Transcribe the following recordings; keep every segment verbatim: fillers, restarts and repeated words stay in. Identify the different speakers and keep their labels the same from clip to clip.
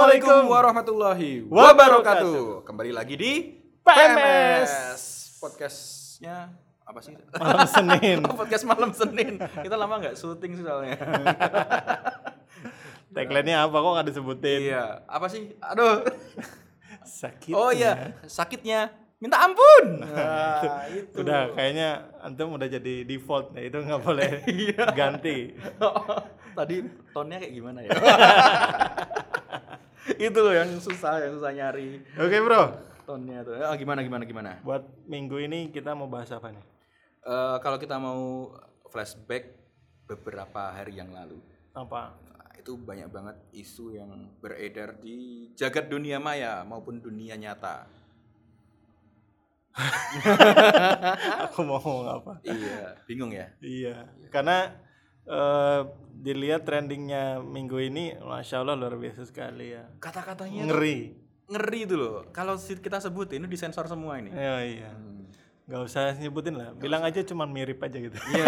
Speaker 1: Assalamualaikum warahmatullahi wabarakatuh. Kembali lagi di P M S podcastnya apa sih?
Speaker 2: Malam Senin.
Speaker 1: Oh, podcast malam Senin. Kita lama nggak syuting sih soalnya.
Speaker 2: Tagline-nya apa kok nggak disebutin?
Speaker 1: Iya, apa sih? Aduh.
Speaker 2: Sakit.
Speaker 1: Oh iya, sakitnya minta ampun. Nah, itu.
Speaker 2: Udah kayaknya antum udah jadi default ya, itu nggak boleh ganti.
Speaker 1: Tadi tonnya kayak gimana ya? Itu loh yang susah, yang susah nyari.
Speaker 2: Oke bro.
Speaker 1: Tonnya tuh. Ah, gimana gimana gimana?
Speaker 2: Buat minggu ini kita mau bahas apa nih?
Speaker 1: Uh, kalau kita mau flashback beberapa hari yang lalu.
Speaker 2: Apa?
Speaker 1: Nah, itu banyak banget isu yang beredar di jagat dunia maya maupun dunia nyata.
Speaker 2: Aku mau ngomong apa?
Speaker 1: Iya, bingung ya?
Speaker 2: Iya, karena uh, dilihat trendingnya minggu ini, masya Allah luar biasa sekali ya.
Speaker 1: Kata-katanya
Speaker 2: ngeri,
Speaker 1: tuh, ngeri itu loh. Kalau kita sebutin itu disensor semua ini.
Speaker 2: Iya iya, hmm. Gak usah nyebutin lah, Gak bilang usah. Aja cuman mirip aja gitu. Iya.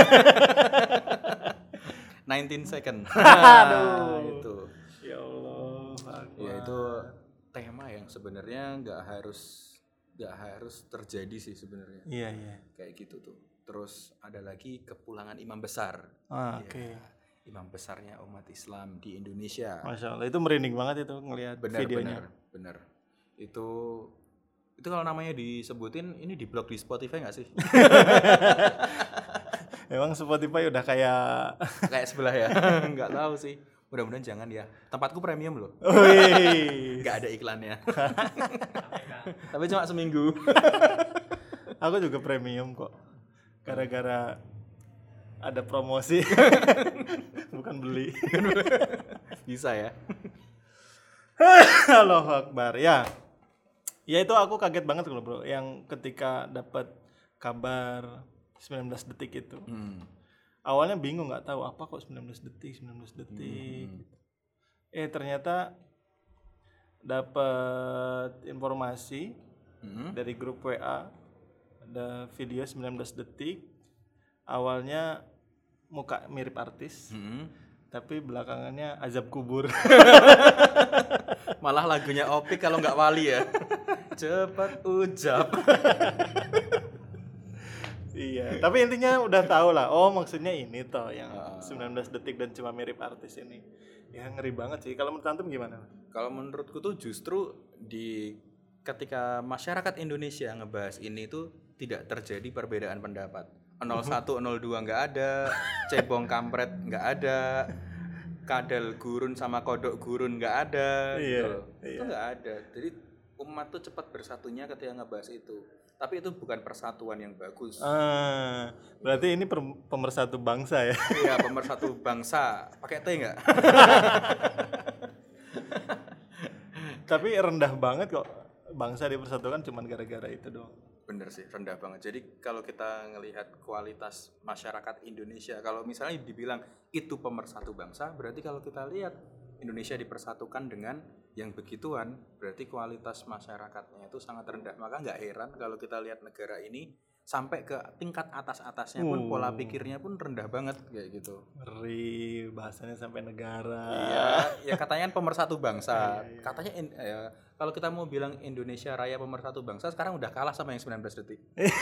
Speaker 1: nineteen second.
Speaker 2: Aduh.
Speaker 1: Itu.
Speaker 2: Ya Allah. Akbar.
Speaker 1: Ya itu tema yang sebenarnya nggak harus nggak harus terjadi sih sebenarnya.
Speaker 2: Iya iya.
Speaker 1: Kayak gitu tuh. Terus ada lagi kepulangan imam besar.
Speaker 2: Ah,
Speaker 1: ya,
Speaker 2: Oke. Okay.
Speaker 1: Imam besarnya umat Islam di Indonesia.
Speaker 2: Masya Allah, itu merinding banget itu ngelihat videonya.
Speaker 1: Benar, benar. Itu itu kalau namanya disebutin ini di blog di Spotify nggak sih?
Speaker 2: Emang Spotify udah kayak
Speaker 1: kayak sebelah ya? Nggak tahu sih. Mudah-mudahan jangan ya. Tempatku premium loh. Nggak ada iklannya. Tapi cuma seminggu.
Speaker 2: Aku juga premium kok. Gara-gara ada promosi. Bukan beli.
Speaker 1: Bisa ya.
Speaker 2: Allahu Akbar. Ya. Ya itu aku kaget banget loh bro. Yang ketika dapat kabar sembilan belas detik itu. Hmm. Awalnya bingung, nggak tahu apa kok sembilan belas detik, sembilan belas detik. Hmm. Eh ternyata dapat informasi hmm. dari grup W A, ada video sembilan belas detik. Awalnya muka mirip artis, hmm. tapi belakangannya azab kubur.
Speaker 1: Malah lagunya Opik kalau nggak Wali ya. Cepat ujab.
Speaker 2: Iya, tapi intinya udah tahu lah. Oh, maksudnya ini toh yang uh, sembilan belas detik dan cuma mirip artis ini. Ya ngeri banget sih. Kalau menurut antum gimana?
Speaker 1: Kalau menurutku tuh justru di ketika masyarakat Indonesia ngebahas ini tuh tidak terjadi perbedaan pendapat. nol satu nol dua enggak ada, cebong kampret enggak ada, kadal gurun sama kodok gurun enggak ada
Speaker 2: iya,
Speaker 1: gitu.
Speaker 2: Iya.
Speaker 1: Itu enggak ada. Jadi umat tuh cepat bersatunya ketika ngebahas itu. Tapi itu bukan persatuan yang bagus.
Speaker 2: Ah, berarti ini per- pemersatu bangsa ya?
Speaker 1: Iya, pemersatu bangsa. Pakai T nggak?
Speaker 2: Tapi rendah banget kok bangsa dipersatukan cuma gara-gara itu doang.
Speaker 1: Bener sih, rendah banget. Jadi kalau kita ngelihat kualitas masyarakat Indonesia, kalau misalnya dibilang itu pemersatu bangsa, berarti kalau kita lihat Indonesia dipersatukan dengan yang begituan, berarti kualitas masyarakatnya itu sangat rendah. Maka nggak heran kalau kita lihat negara ini sampai ke tingkat atas-atasnya pun uh. pola pikirnya pun rendah banget kayak gitu.
Speaker 2: Ngeri, bahasanya sampai negara.
Speaker 1: Iya, ya katanya pemersatu bangsa. Katanya ya, kalau kita mau bilang Indonesia Raya pemersatu bangsa, sekarang udah kalah sama yang sembilan belas detik.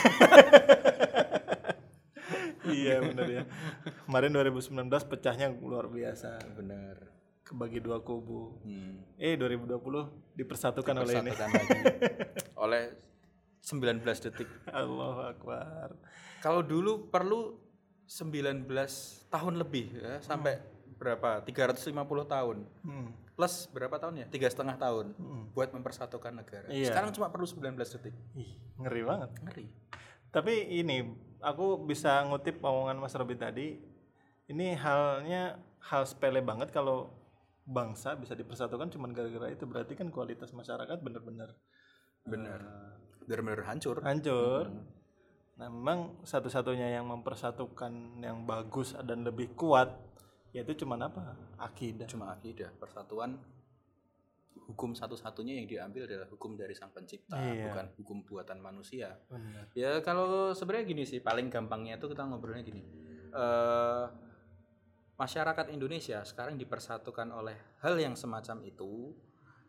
Speaker 2: Iya benar ya. Kemarin dua ribu sembilan belas pecahnya luar biasa.
Speaker 1: Benar.
Speaker 2: Kebagi dua kubu. Hmm. Eh dua ribu dua puluh dipersatukan, dipersatukan oleh ini.
Speaker 1: Lagi. Oleh sembilan belas detik.
Speaker 2: Allahu Akbar.
Speaker 1: Kalau dulu perlu sembilan belas tahun lebih ya, sampai hmm. berapa? tiga ratus lima puluh tahun. Hmm. Plus berapa tahun ya? tiga setengah tahun hmm. buat mempersatukan negara. Iya. Sekarang cuma perlu sembilan belas detik.
Speaker 2: Ih, ngeri banget.
Speaker 1: Ngeri.
Speaker 2: Tapi ini aku bisa ngutip omongan Mas Robi tadi. Ini halnya hal sepele banget kalau bangsa bisa dipersatukan cuma gara-gara itu, berarti kan kualitas masyarakat benar-benar
Speaker 1: benar uh, benar-benar hancur
Speaker 2: hancur hmm. Nah memang satu-satunya yang mempersatukan yang bagus dan lebih kuat yaitu cuma apa? Akidah.
Speaker 1: Cuma akidah. Persatuan, hukum satu-satunya yang diambil adalah hukum dari Sang Pencipta, iya. bukan hukum buatan manusia. Benar. Ya kalau sebenarnya gini sih, paling gampangnya itu kita ngobrolnya gini. Uh, masyarakat Indonesia sekarang dipersatukan oleh hal yang semacam itu,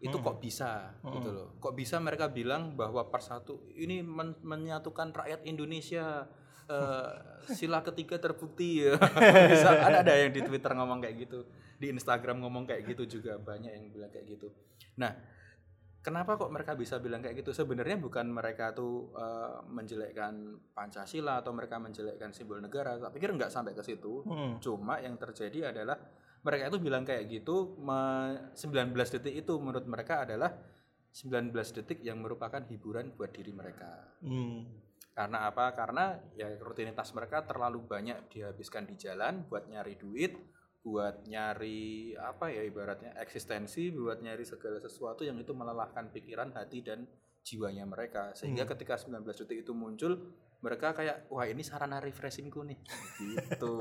Speaker 1: itu kok bisa gitu loh. Kok bisa mereka bilang bahwa persatu ini men- menyatukan rakyat Indonesia, uh, sila ketiga terbukti ya. Bisa ada ada yang di Twitter ngomong kayak gitu, di Instagram ngomong kayak gitu juga banyak yang bilang kayak gitu. Nah, kenapa kok mereka bisa bilang kayak gitu? Sebenarnya bukan mereka tuh uh, menjelekkan Pancasila atau mereka menjelekkan simbol negara. Tak pikir nggak sampai ke situ. Hmm. Cuma yang terjadi adalah mereka itu bilang kayak gitu, sembilan belas detik itu menurut mereka adalah sembilan belas detik yang merupakan hiburan buat diri mereka. Hmm. Karena apa? Karena ya rutinitas mereka terlalu banyak dihabiskan di jalan buat nyari duit, buat nyari apa ya ibaratnya eksistensi, buat nyari segala sesuatu yang itu melelahkan pikiran, hati dan jiwanya mereka. Sehingga hmm. ketika sembilan belas detik itu muncul, mereka kayak wah ini sarana refreshingku nih gitu.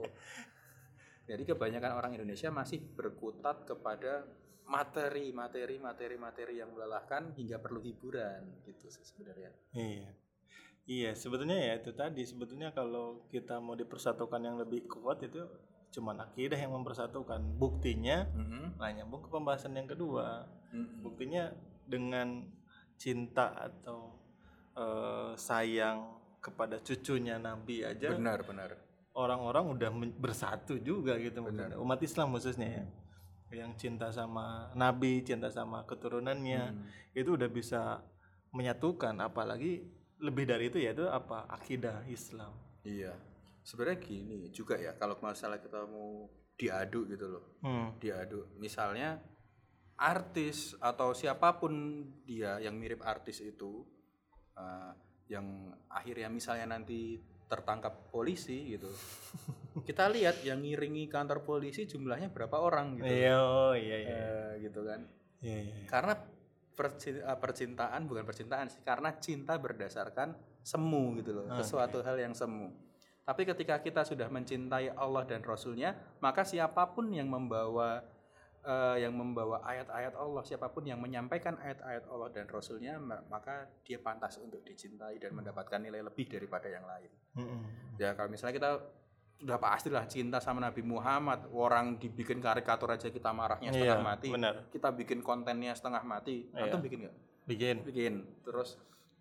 Speaker 1: Jadi kebanyakan orang Indonesia masih berkutat kepada materi, materi, materi, materi yang melelahkan hingga perlu hiburan gitu sebenarnya.
Speaker 2: Iya. Iya, sebetulnya ya itu tadi, sebetulnya kalau kita mau dipersatukan yang lebih kuat itu cuman akidah yang mempersatukan. Buktinya, mm-hmm. nah nyambung ke pembahasan yang kedua. Mm-hmm. Buktinya dengan cinta atau uh, sayang kepada cucunya Nabi aja.
Speaker 1: Benar, benar.
Speaker 2: Orang-orang udah bersatu juga gitu. Benar. Umat Islam khususnya ya. Yang cinta sama Nabi, cinta sama keturunannya, hmm. itu udah bisa menyatukan. Apalagi lebih dari itu yaitu apa? Akidah Islam.
Speaker 1: Iya. Sebenarnya gini juga ya, kalau masalah kita mau diadu gitu loh. Hmm. Diadu. Misalnya artis atau siapapun dia yang mirip artis itu uh, yang akhirnya misalnya nanti tertangkap polisi gitu. Kita lihat yang ngiringi kantor polisi jumlahnya berapa orang gitu.
Speaker 2: Iya, oh, iya iya.
Speaker 1: Uh, gitu kan.
Speaker 2: Iya iya.
Speaker 1: Karena percintaan bukan percintaan sih, karena cinta berdasarkan semu gitu loh, okay. Sesuatu hal yang semu. Tapi ketika kita sudah mencintai Allah dan Rasul-Nya, maka siapapun yang membawa uh, yang membawa ayat-ayat Allah, siapapun yang menyampaikan ayat-ayat Allah dan Rasul-Nya, maka dia pantas untuk dicintai dan mendapatkan nilai lebih daripada yang lain. Mm-hmm. Ya kalau misalnya kita udah pastilah cinta sama Nabi Muhammad, orang dibikin karikatur aja kita marahnya setengah
Speaker 2: iya,
Speaker 1: mati,
Speaker 2: bener.
Speaker 1: Kita bikin kontennya setengah mati, iya. Antum bikin nggak?
Speaker 2: Bikin.
Speaker 1: Bikin. Terus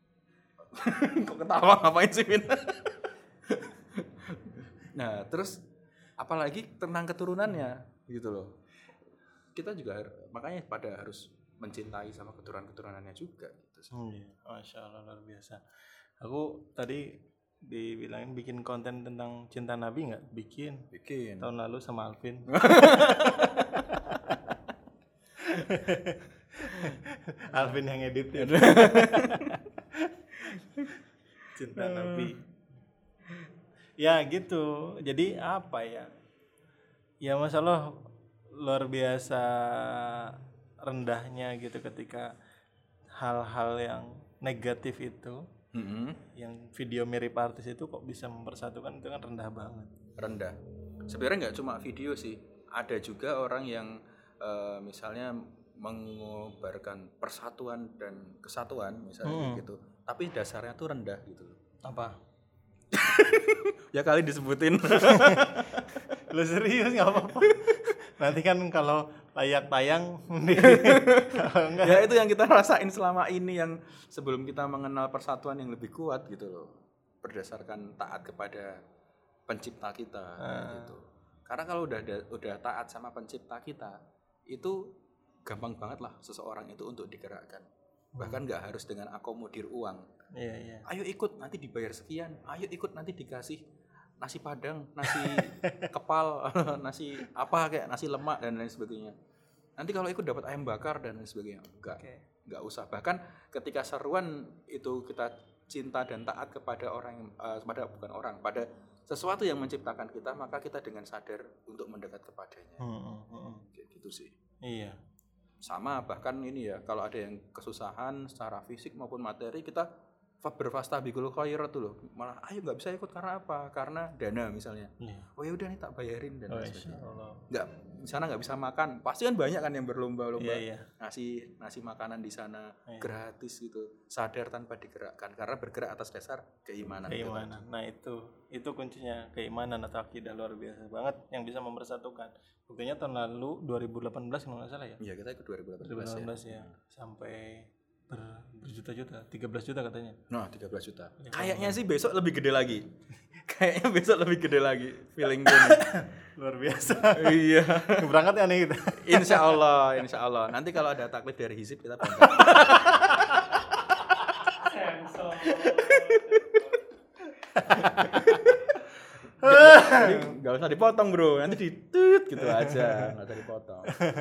Speaker 1: kok ketawa ngapain sih Min? Nah terus apalagi tentang keturunannya gitu loh. Kita juga makanya pada harus mencintai sama keturunan-keturunannya juga gitu.
Speaker 2: Hmm, iya. Masya Allah luar biasa. Aku tadi dibilangin bikin konten tentang cinta Nabi nggak? Bikin.
Speaker 1: Bikin.
Speaker 2: Tahun lalu sama Alvin. Alvin yang edit ya. Cinta Nabi. Ya gitu. Jadi apa ya? Ya masalah luar biasa rendahnya gitu ketika hal-hal yang negatif itu. Mm-hmm. Yang video mirip artis itu kok bisa mempersatukan, itu kan rendah banget.
Speaker 1: Rendah. Sebenarnya nggak cuma video sih, ada juga orang yang uh, misalnya mengobarkan persatuan dan kesatuan misalnya hmm. gitu, tapi dasarnya tuh rendah gitu.
Speaker 2: Apa?
Speaker 1: Ya kali disebutin.
Speaker 2: Lu serius nggak apa-apa? Nanti kan kalau layak tayang
Speaker 1: ya itu yang kita rasain selama ini, yang sebelum kita mengenal persatuan yang lebih kuat gitu loh, berdasarkan taat kepada pencipta kita ah. gitu. Karena kalau udah udah taat sama pencipta kita itu gampang banget lah seseorang itu untuk digerakkan. Bahkan nggak harus dengan akomodir uang.
Speaker 2: Iya, iya.
Speaker 1: Ayo ikut nanti dibayar sekian, ayo ikut nanti dikasih nasi padang, nasi kepal, nasi apa kayak nasi lemak dan lain sebagainya. Nanti kalau ikut dapat ayam bakar dan lain sebagainya. Enggak, okay. Enggak usah. Bahkan ketika seruan itu kita cinta dan taat kepada orang, uh, kepada bukan orang, pada sesuatu yang menciptakan kita, maka kita dengan sadar untuk mendekat kepadanya. Hmm, hmm, hmm. Kayak gitu sih.
Speaker 2: Iya.
Speaker 1: Sama bahkan ini ya, kalau ada yang kesusahan secara fisik maupun materi, kita berfastabiqul khairat tuh loh. Malah ayo nggak bisa ikut karena apa? Karena dana misalnya.
Speaker 2: Iya.
Speaker 1: Oh ya udah nih tak bayarin dan
Speaker 2: Oh,
Speaker 1: lain
Speaker 2: insya
Speaker 1: sebagainya.
Speaker 2: Allah.
Speaker 1: Nggak di sana nggak bisa makan. Pasti kan banyak kan yang berlomba-lomba
Speaker 2: Iya, iya.
Speaker 1: ngasih ngasih makanan di sana
Speaker 2: Iya.
Speaker 1: gratis gitu. Sadar tanpa digerakkan karena bergerak atas dasar keimanan.
Speaker 2: Keimanan. Nah itu itu kuncinya, keimanan atau akidah luar biasa banget yang bisa mempersatukan. Buktinya tahun lalu dua ribu delapan belas kalau nggak salah ya.
Speaker 1: Iya kita ikut dua ribu delapan belas
Speaker 2: dua ribu delapan
Speaker 1: ya.
Speaker 2: belas ya. Sampai ber, berjuta-juta, tiga belas juta katanya.
Speaker 1: Nah tiga belas juta.
Speaker 2: Ya,
Speaker 1: Kayaknya sih besok lebih gede lagi. Kayaknya besok lebih gede lagi feeling gue nih.
Speaker 2: Luar biasa.
Speaker 1: Iya.
Speaker 2: Berangkat ya nih kita.
Speaker 1: Insya Allah, insya Allah. Nanti kalau ada taklid dari hizib kita berangkat. Gak, gak usah dipotong bro, nanti ditut gitu aja, gak usah dipotong.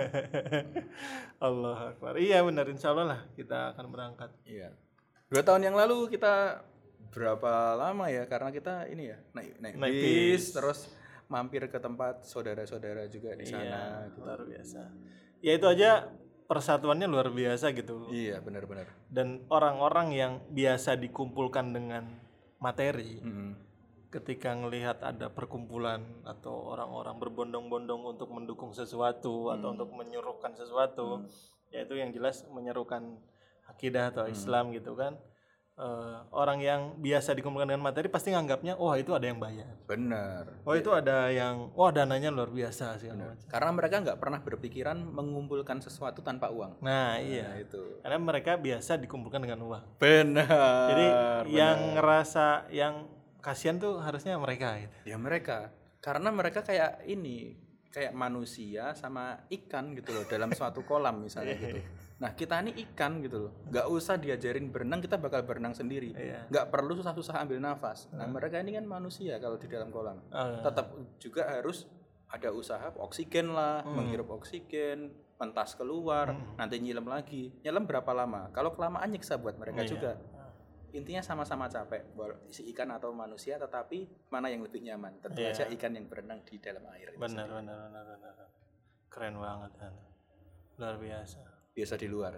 Speaker 2: Allah Akbar. Iya benar, insya Allah lah kita akan berangkat.
Speaker 1: Iya. Dua tahun yang lalu kita berapa lama ya? Karena kita ini ya naik naik,
Speaker 2: Naik
Speaker 1: bis,
Speaker 2: bis.
Speaker 1: terus mampir ke tempat saudara-saudara juga di sana.
Speaker 2: Iya,
Speaker 1: Gitu.
Speaker 2: luar biasa. Ya itu aja persatuannya luar biasa gitu.
Speaker 1: Iya benar-benar.
Speaker 2: Dan orang-orang yang biasa dikumpulkan dengan materi,
Speaker 1: Mm-mm.
Speaker 2: ketika ngelihat ada perkumpulan atau orang-orang berbondong-bondong untuk mendukung sesuatu atau untuk menyuruhkan sesuatu, yaitu yang jelas menyerukan akidah atau Islam gitu kan. Eh, orang yang biasa dikumpulkan dengan materi pasti nganggapnya, oh itu ada yang bayar,
Speaker 1: Benar.
Speaker 2: oh itu ada yang, wah dananya luar biasa sih.
Speaker 1: Karena mereka nggak pernah berpikiran mengumpulkan sesuatu tanpa uang.
Speaker 2: Nah iya,
Speaker 1: Nah, itu.
Speaker 2: karena mereka biasa dikumpulkan dengan uang.
Speaker 1: Benar.
Speaker 2: Jadi
Speaker 1: benar.
Speaker 2: yang ngerasa yang kasihan tuh harusnya mereka gitu.
Speaker 1: Ya mereka, karena mereka kayak ini, kayak manusia sama ikan gitu loh dalam suatu kolam misalnya gitu. Nah kita ini ikan gitu loh, nggak usah diajarin berenang, kita bakal berenang sendiri,
Speaker 2: Iya.
Speaker 1: nggak perlu susah-susah ambil nafas. Nah mereka ini kan manusia kalau di dalam kolam,
Speaker 2: Oh,
Speaker 1: tetap juga harus ada usaha oksigen lah, menghirup oksigen, pentas keluar, nanti nyilam lagi, nyilam berapa lama? Kalau kelamaan nyiksa buat mereka
Speaker 2: Iya.
Speaker 1: juga. Intinya sama-sama capek, si ikan atau manusia, tetapi mana yang lebih nyaman? Tentu
Speaker 2: Iya.
Speaker 1: aja ikan yang berenang di dalam air.
Speaker 2: Benar, benar, benar, benar. Keren banget kan. Luar biasa.
Speaker 1: Biasa di luar.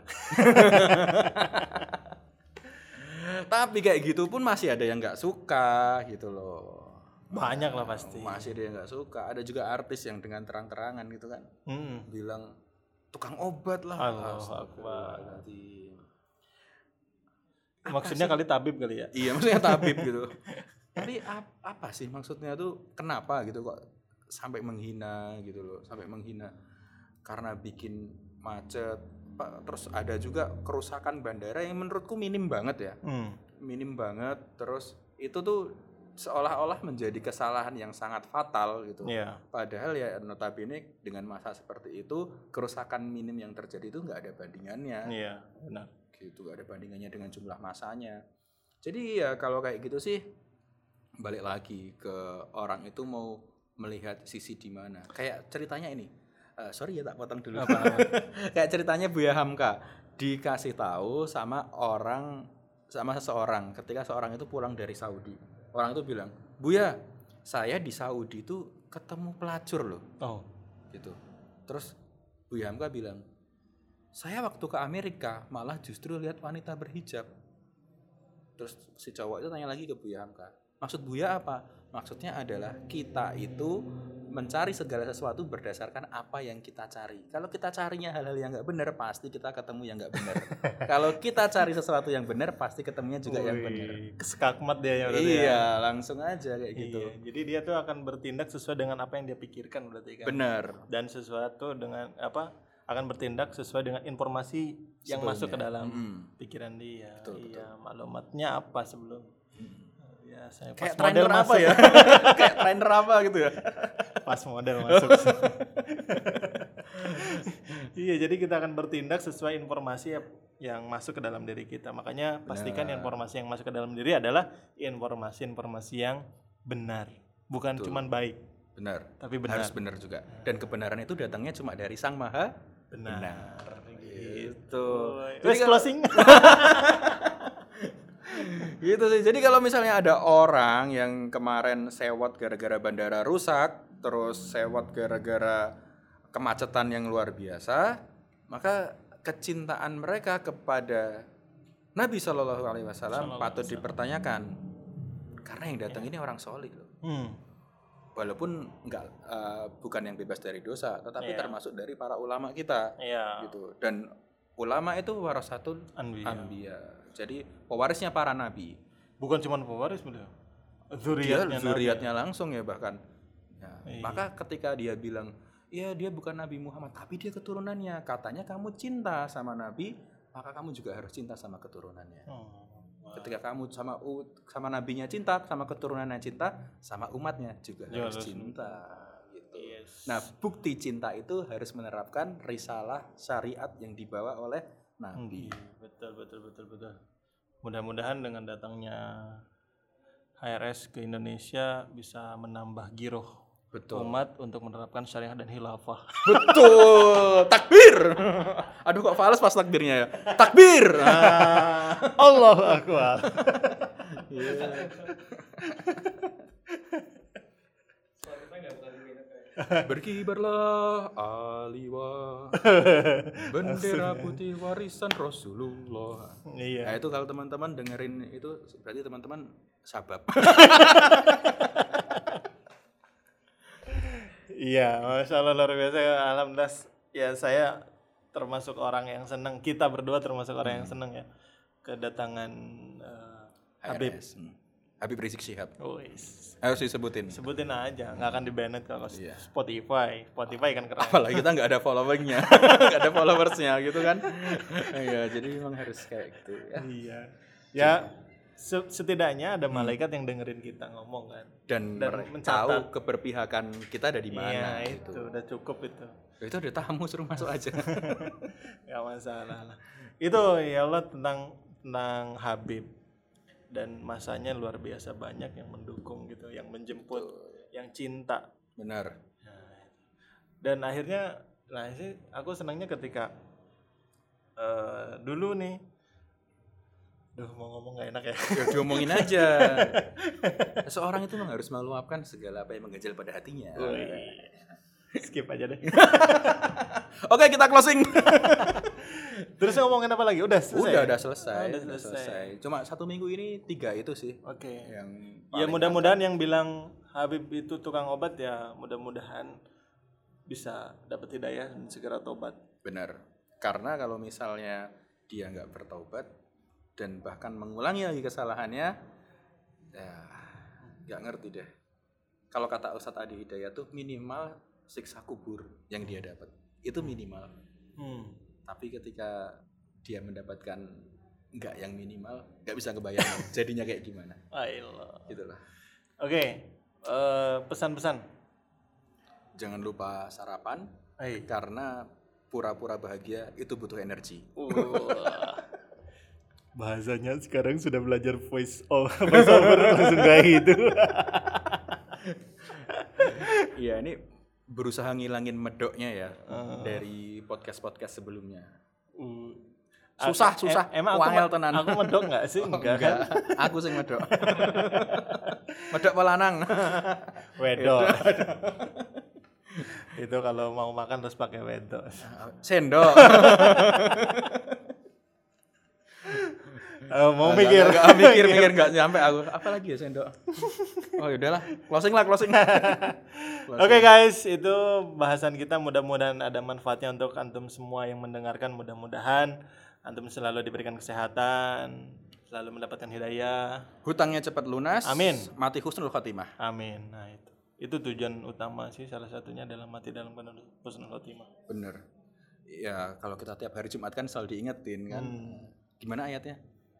Speaker 1: Tapi kayak gitu pun masih ada yang nggak suka gitu loh.
Speaker 2: Banyak lah pasti.
Speaker 1: Masih ada yang nggak suka. Ada juga artis yang dengan terang-terangan gitu kan,
Speaker 2: Hmm.
Speaker 1: bilang tukang obat lah.
Speaker 2: Allahu
Speaker 1: Astagfirullahaladzim.
Speaker 2: Maksudnya kali tabib kali ya.
Speaker 1: Iya, maksudnya tabib gitu. Tapi ap- apa sih maksudnya tuh, kenapa gitu kok sampai menghina gitu loh, sampai menghina karena bikin macet. Pak, terus ada juga kerusakan bandara yang menurutku minim banget ya.
Speaker 2: Hmm.
Speaker 1: Minim banget, terus itu tuh seolah-olah menjadi kesalahan yang sangat fatal gitu.
Speaker 2: Iya.
Speaker 1: Padahal ya notabene dengan masa seperti itu, kerusakan minim yang terjadi itu nggak ada bandingannya.
Speaker 2: Iya, benar.
Speaker 1: Gitu, gak ada bandingannya dengan jumlah masanya. Jadi ya kalau kayak gitu sih balik lagi ke orang itu mau melihat sisi di mana. Kayak ceritanya ini, uh, sorry ya tak potong dulu. Kayak ceritanya Buya Hamka dikasih tahu sama orang, sama seseorang ketika seorang itu pulang dari Saudi. Orang itu bilang, Buya, saya di Saudi itu ketemu pelacur loh.
Speaker 2: Oh.
Speaker 1: Gitu. Terus Buya Hamka bilang, saya waktu ke Amerika malah justru lihat wanita berhijab. Terus si cowok itu tanya lagi ke Buya Hamka, maksud Buya apa? Maksudnya adalah kita itu mencari segala sesuatu berdasarkan apa yang kita cari. Kalau kita carinya hal-hal yang nggak benar, pasti kita ketemu yang nggak benar. Kalau kita cari sesuatu yang benar, pasti ketemunya juga yang benar.
Speaker 2: Skakmat dia ya berarti.
Speaker 1: Iya,
Speaker 2: Ya.
Speaker 1: langsung aja kayak gitu.
Speaker 2: Iya, jadi dia tuh akan bertindak sesuai dengan apa yang dia pikirkan berarti kan.
Speaker 1: Benar.
Speaker 2: Dan sesuatu dengan apa akan bertindak sesuai dengan informasi yang
Speaker 1: Sebelumnya.
Speaker 2: masuk ke dalam
Speaker 1: Mm.
Speaker 2: pikiran dia.
Speaker 1: Betul,
Speaker 2: iya, maklumatnya apa sebelum. Ya, saya pas
Speaker 1: Kayak
Speaker 2: model
Speaker 1: trainer apa
Speaker 2: masuk.
Speaker 1: ya? Kayak trainer apa gitu ya?
Speaker 2: Pas model masuk. Iya, jadi kita akan bertindak sesuai informasi yang masuk ke dalam diri kita. Makanya pastikan informasi yang masuk ke dalam diri adalah informasi-informasi yang benar, bukan
Speaker 1: Betul.
Speaker 2: cuman baik,
Speaker 1: Benar.
Speaker 2: tapi benar.
Speaker 1: Harus benar juga. Dan kebenaran itu datangnya cuma dari Sang Maha
Speaker 2: Benar.
Speaker 1: Benar.
Speaker 2: Gitu.
Speaker 1: Jadi
Speaker 2: Wes
Speaker 1: kalau-
Speaker 2: closing.
Speaker 1: Gitu sih. Jadi kalau misalnya ada orang yang kemarin sewot gara-gara bandara rusak, terus sewot gara-gara kemacetan yang luar biasa, maka kecintaan mereka kepada Nabi Shallallahu Alaihi Wasallam
Speaker 2: Shallallahu
Speaker 1: patut
Speaker 2: Alaihi
Speaker 1: dipertanyakan karena yang datang ini orang solid loh.
Speaker 2: Hmm.
Speaker 1: Walaupun enggak uh, bukan yang bebas dari dosa, tetapi
Speaker 2: Iya.
Speaker 1: termasuk dari para ulama kita
Speaker 2: Iya.
Speaker 1: gitu. Dan ulama itu warasatul
Speaker 2: Anbiya.
Speaker 1: anbiya. Jadi pewarisnya para nabi.
Speaker 2: Bukan cuma pewaris beliau.
Speaker 1: Dia
Speaker 2: Zuriatnya.
Speaker 1: zuriatnya langsung ya bahkan. Ya,
Speaker 2: Iya.
Speaker 1: maka ketika dia bilang, "Ya, dia bukan Nabi Muhammad, tapi dia keturunannya." Katanya kamu cinta sama nabi, maka kamu juga harus cinta sama keturunannya.
Speaker 2: Oh.
Speaker 1: Ketika kamu sama u, sama nabinya cinta, sama keturunannya cinta, sama umatnya juga
Speaker 2: Ya,
Speaker 1: harus
Speaker 2: harus
Speaker 1: cinta gitu.
Speaker 2: Yes.
Speaker 1: Nah, bukti cinta itu harus menerapkan risalah syariat yang dibawa oleh nabi.
Speaker 2: Iya, betul betul betul betul. Mudah-mudahan dengan datangnya H R S ke Indonesia bisa menambah giroh
Speaker 1: Betul.
Speaker 2: umat untuk menerapkan syariah dan khilafah.
Speaker 1: Betul. Takbir. Aduh kok fals pas takbirnya ya. Takbir. Ah.
Speaker 2: Allahu Akbar.
Speaker 1: Berkibarlah aliwa bendera putih warisan Rasulullah.
Speaker 2: Iya.
Speaker 1: Nah itu kalau teman-teman dengerin itu berarti teman-teman sabab.
Speaker 2: Iya, masya Allah luar biasa. Alhamdulillah, ya saya termasuk orang yang senang. Kita berdua termasuk orang yang senang ya kedatangan uh, Habib.
Speaker 1: H R S. Hmm. Habib Rizik Syihab.
Speaker 2: Wis.
Speaker 1: Harus disebutin.
Speaker 2: Sebutin aja, nggak akan di-banned kalau
Speaker 1: Iya.
Speaker 2: Spotify. Spotify kan keren.
Speaker 1: Apalagi kita nggak ada followingnya, nggak ada followersnya gitu kan. Iya, jadi memang harus kayak gitu ya.
Speaker 2: Iya. Ya, se- setidaknya ada malaikat yang dengerin kita ngomong kan.
Speaker 1: Dan,
Speaker 2: Dan
Speaker 1: mereka
Speaker 2: mencatat.
Speaker 1: tahu keberpihakan kita ada di mana
Speaker 2: Iya,
Speaker 1: gitu.
Speaker 2: itu udah cukup itu.
Speaker 1: Itu ada tamu suruh masuk aja.
Speaker 2: Gak masalah lah. Itu ya Allah tentang tentang Habib. Dan masanya luar biasa banyak yang mendukung gitu, yang menjemput, yang cinta.
Speaker 1: Benar.
Speaker 2: Dan akhirnya, nah sih aku senangnya ketika uh, dulu nih, duh mau ngomong gak enak ya.
Speaker 1: Ya diomongin aja. Seseorang itu memang harus meluapkan segala apa yang mengganjal pada hatinya.
Speaker 2: Wih. Skip aja deh.
Speaker 1: Oke, kita closing.
Speaker 2: Terus ngomongin apa lagi? Udah selesai?
Speaker 1: Udah, udah selesai.
Speaker 2: Oh, udah
Speaker 1: Udah
Speaker 2: selesai.
Speaker 1: selesai. Cuma satu minggu ini tiga itu sih.
Speaker 2: Oke.
Speaker 1: Yang
Speaker 2: Ya
Speaker 1: paling
Speaker 2: mudah-mudahan yang bilang Habib itu tukang obat ya mudah-mudahan bisa dapat hidayah dan segera tobat.
Speaker 1: benar. Karena kalau misalnya dia nggak bertaubat dan bahkan mengulangi lagi kesalahannya, ya nggak ngerti deh. Kalau kata Ustadz Adi Hidayat tuh minimal siksa kubur yang dia dapat itu minimal.
Speaker 2: Hmm.
Speaker 1: Tapi ketika dia mendapatkan nggak yang minimal, nggak bisa kebayang jadinya kayak gimana.
Speaker 2: Ayolah.
Speaker 1: Gitulah.
Speaker 2: Oke, eh, pesan-pesan.
Speaker 1: Jangan lupa sarapan
Speaker 2: Hai.
Speaker 1: karena pura-pura bahagia itu butuh energi.
Speaker 2: Wah. Bahasanya sekarang sudah belajar voice over, voice over langsung kayak gitu.
Speaker 1: Iya, ini berusaha ngilangin medoknya ya
Speaker 2: Uh.
Speaker 1: dari podcast-podcast sebelumnya.
Speaker 2: Uh.
Speaker 1: Susah,
Speaker 2: Aku-
Speaker 1: susah.
Speaker 2: em- emang aku,
Speaker 1: Wangel
Speaker 2: med-
Speaker 1: tenan.
Speaker 2: aku medok nggak sih?
Speaker 1: Oh,
Speaker 2: Enggak,
Speaker 1: enggak.
Speaker 2: kan?
Speaker 1: Aku sing medok. Medok pelanang.
Speaker 2: Wedok. Itu kalau mau makan terus pakai wedok.
Speaker 1: Sendok.
Speaker 2: Oh, mau
Speaker 1: Enggak,
Speaker 2: mikir.
Speaker 1: enggak, enggak, mikir mikir enggak nyampe aku. Apa lagi ya sendok? Oh, yaudahlah. Closing lah, closing. Closing.
Speaker 2: Oke guys, itu bahasan kita, mudah-mudahan ada manfaatnya untuk antum semua yang mendengarkan. Mudah-mudahan antum selalu diberikan kesehatan, selalu mendapatkan hidayah.
Speaker 1: Hutangnya cepat lunas.
Speaker 2: Amin.
Speaker 1: Mati husnul khotimah.
Speaker 2: Amin. Nah itu, itu tujuan utama sih, salah satunya adalah mati dalam keadaan husnul khotimah.
Speaker 1: Bener. Ya, kalau kita tiap hari Jumat kan selalu diingetin kan.
Speaker 2: Hmm.
Speaker 1: Gimana ayatnya?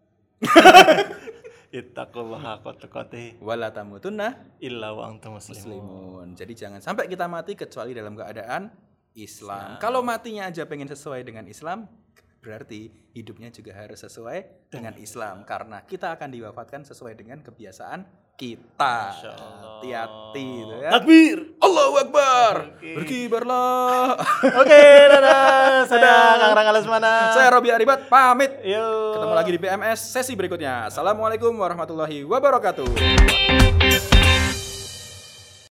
Speaker 2: Ittaqullaha haqqa tuqatih
Speaker 1: Wala tamutunna
Speaker 2: illa wa antum muslimun.
Speaker 1: muslimun. Jadi jangan sampai kita mati kecuali dalam keadaan Islam. Kalau matinya aja pengen sesuai dengan Islam, berarti hidupnya juga harus sesuai dengan Islam. Karena kita akan diwafatkan sesuai dengan kebiasaan kita.
Speaker 2: Masya Allah.
Speaker 1: Hati-hati itu ya.
Speaker 2: Takbir.
Speaker 1: Allahu Akbar.
Speaker 2: Oke.
Speaker 1: Berkibarlah.
Speaker 2: Oke, dadah. Saya Kang Rangga Lesmana.
Speaker 1: Saya Robi Aribat pamit.
Speaker 2: Yuk.
Speaker 1: Ketemu lagi di P M S sesi berikutnya. Assalamualaikum warahmatullahi wabarakatuh.